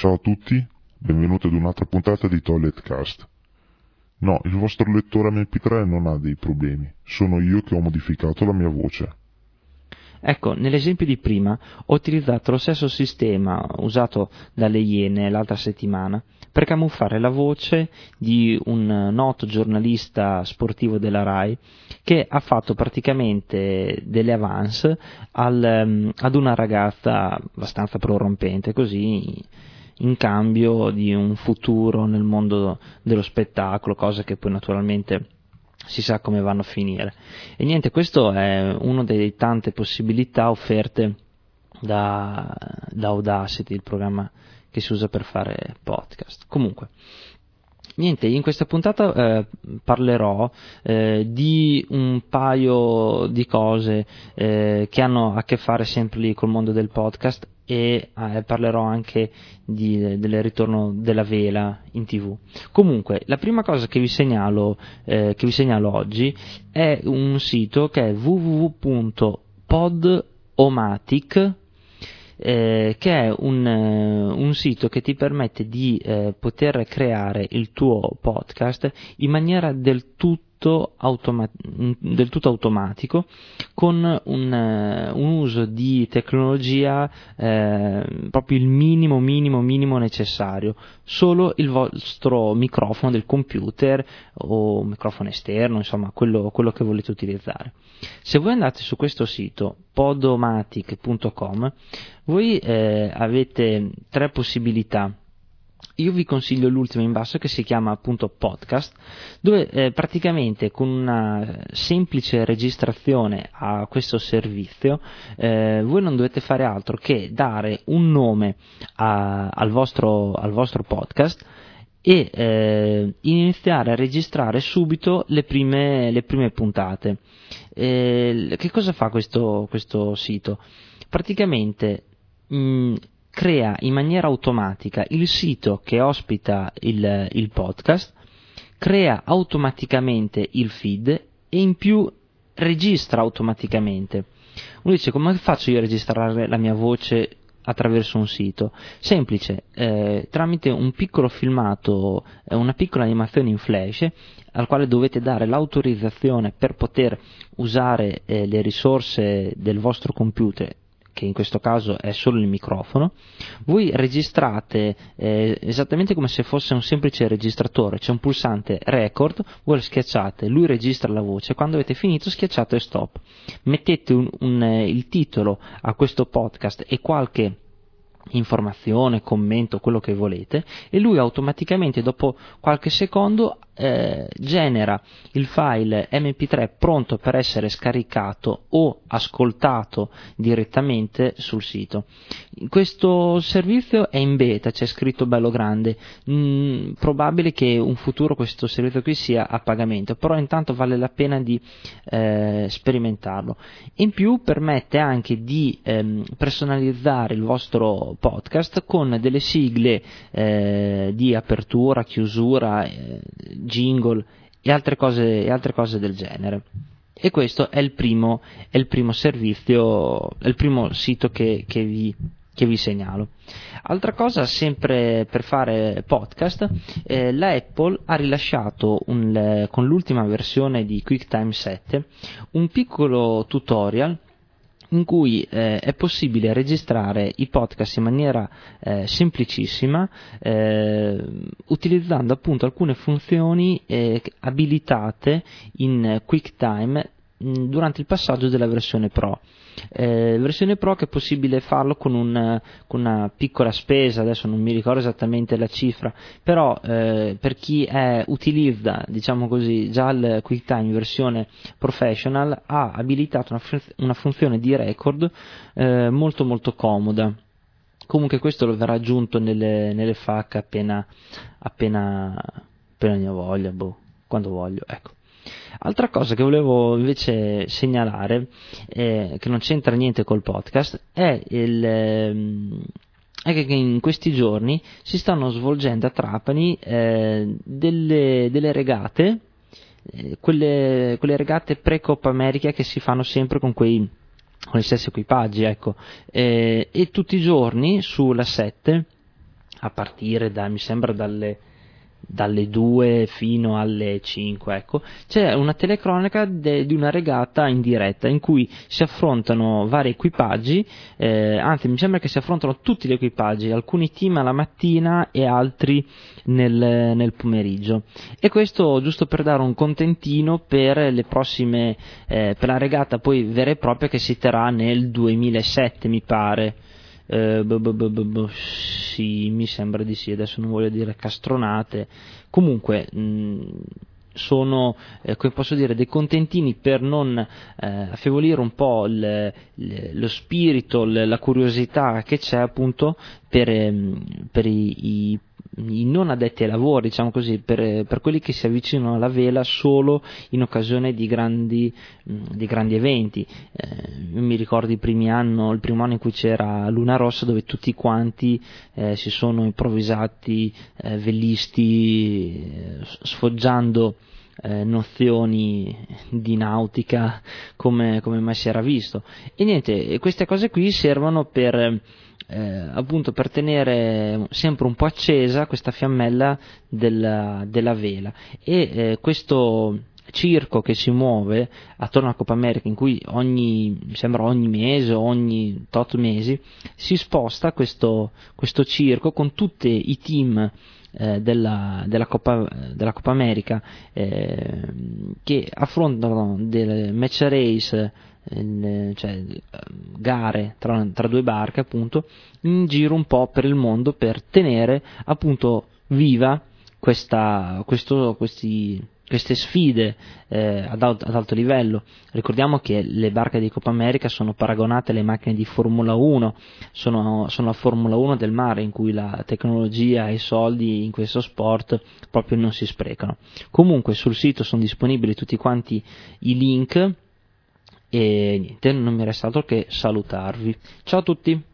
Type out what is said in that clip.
Ciao a tutti, benvenuti ad un'altra puntata di Toiletcast. No, il vostro lettore MP3 non ha dei problemi, sono io che ho modificato la mia voce. Ecco, nell'esempio di prima ho utilizzato lo stesso sistema usato dalle Iene l'altra settimana per camuffare la voce di un noto giornalista sportivo della RAI che ha fatto praticamente delle avance ad una ragazza abbastanza prorompente, così in cambio di un futuro nel mondo dello spettacolo, cosa che poi naturalmente si sa come vanno a finire. E niente, questo è una delle tante possibilità offerte da Audacity, il programma che si usa per fare podcast. Comunque, niente, in questa puntata parlerò di un paio di cose che hanno a che fare sempre lì col mondo del podcast e parlerò anche del ritorno della vela in TV. Comunque, la prima cosa che vi segnalo oggi è un sito che è www.podomatic, che è un sito che ti permette di poter creare il tuo podcast in maniera del tutto automatico, con un uso di tecnologia proprio il minimo necessario, solo il vostro microfono del computer o microfono esterno, insomma quello che volete utilizzare. Se voi andate su questo sito podomatic.com, voi avete tre possibilità. Io vi consiglio l'ultima in basso, che si chiama appunto podcast, dove praticamente con una semplice registrazione a questo servizio voi non dovete fare altro che dare un nome al vostro podcast e iniziare a registrare subito le prime puntate. Che cosa fa questo sito? Praticamente crea in maniera automatica il sito che ospita il podcast, crea automaticamente il feed e in più registra automaticamente. Uno dice: come faccio io a registrare la mia voce attraverso un sito? Semplice, tramite un piccolo filmato, una piccola animazione in flash al quale dovete dare l'autorizzazione per poter usare le risorse del vostro computer, che in questo caso è solo il microfono. Voi registrate esattamente come se fosse un semplice registratore, c'è un pulsante record, voi lo schiacciate, lui registra la voce, quando avete finito schiacciate stop, mettete il titolo a questo podcast e qualche informazione, commento, quello che volete, e lui automaticamente dopo qualche secondo genera il file MP3 pronto per essere scaricato o ascoltato direttamente sul sito. Questo servizio è in beta, c'è scritto bello grande, probabile che in futuro questo servizio qui sia a pagamento, però intanto vale la pena di sperimentarlo. In più permette anche di personalizzare il vostro podcast con delle sigle di apertura, chiusura, jingle e altre cose del genere. E questo è il primo servizio, è il primo sito che vi segnalo. Altra cosa, sempre per fare podcast, la Apple ha rilasciato con l'ultima versione di QuickTime 7 un piccolo tutorial in cui è possibile registrare i podcast in maniera semplicissima, utilizzando appunto alcune funzioni abilitate in QuickTime durante il passaggio della versione Pro. Versione Pro che è possibile farlo con una piccola spesa, adesso non mi ricordo esattamente la cifra, però per chi utilizza, diciamo così, già il QuickTime versione Professional ha abilitato una funzione di record molto comoda. Comunque questo lo verrà aggiunto nelle FAQ appena ne ho voglia, quando voglio, ecco. Altra cosa che volevo invece segnalare, che non c'entra niente col podcast, è che in questi giorni si stanno svolgendo a Trapani delle regate, quelle regate pre-Coppa America che si fanno sempre con gli stessi equipaggi, ecco, e tutti i giorni sulla 7 a partire mi sembra dalle 2 fino alle 5, ecco, c'è una telecronaca di una regata in diretta in cui si affrontano vari equipaggi, anzi mi sembra che si affrontano tutti gli equipaggi, alcuni team alla mattina e altri nel pomeriggio, e questo giusto per dare un contentino per le prossime, per la regata poi vera e propria che si terrà nel 2007 mi pare. Sì, mi sembra di sì, adesso non voglio dire castronate, comunque sono, come posso dire, dei contentini per non affievolire un po' lo spirito, la curiosità che c'è appunto per i non addetti ai lavori, diciamo così, per quelli che si avvicinano alla vela solo in occasione di grandi eventi. Io mi ricordo il primo anno in cui c'era Luna Rossa, dove tutti quanti si sono improvvisati velisti, sfoggiando nozioni di nautica come mai si era visto, e niente, queste cose qui servono per appunto per tenere sempre un po' accesa questa fiammella della vela, e questo circo che si muove attorno alla Coppa America, in cui mi sembra ogni mese o ogni tot mesi si sposta questo circo con tutti i team della Coppa America che affrontano delle match race, cioè gare tra due barche appunto, in giro un po' per il mondo per tenere appunto viva queste sfide ad alto livello. Ricordiamo che le barche di Coppa America sono paragonate alle macchine di Formula 1, sono la Formula 1 del mare, in cui la tecnologia e i soldi in questo sport proprio non si sprecano. Comunque sul sito sono disponibili tutti quanti i link, e niente, non mi resta altro che salutarvi. Ciao a tutti!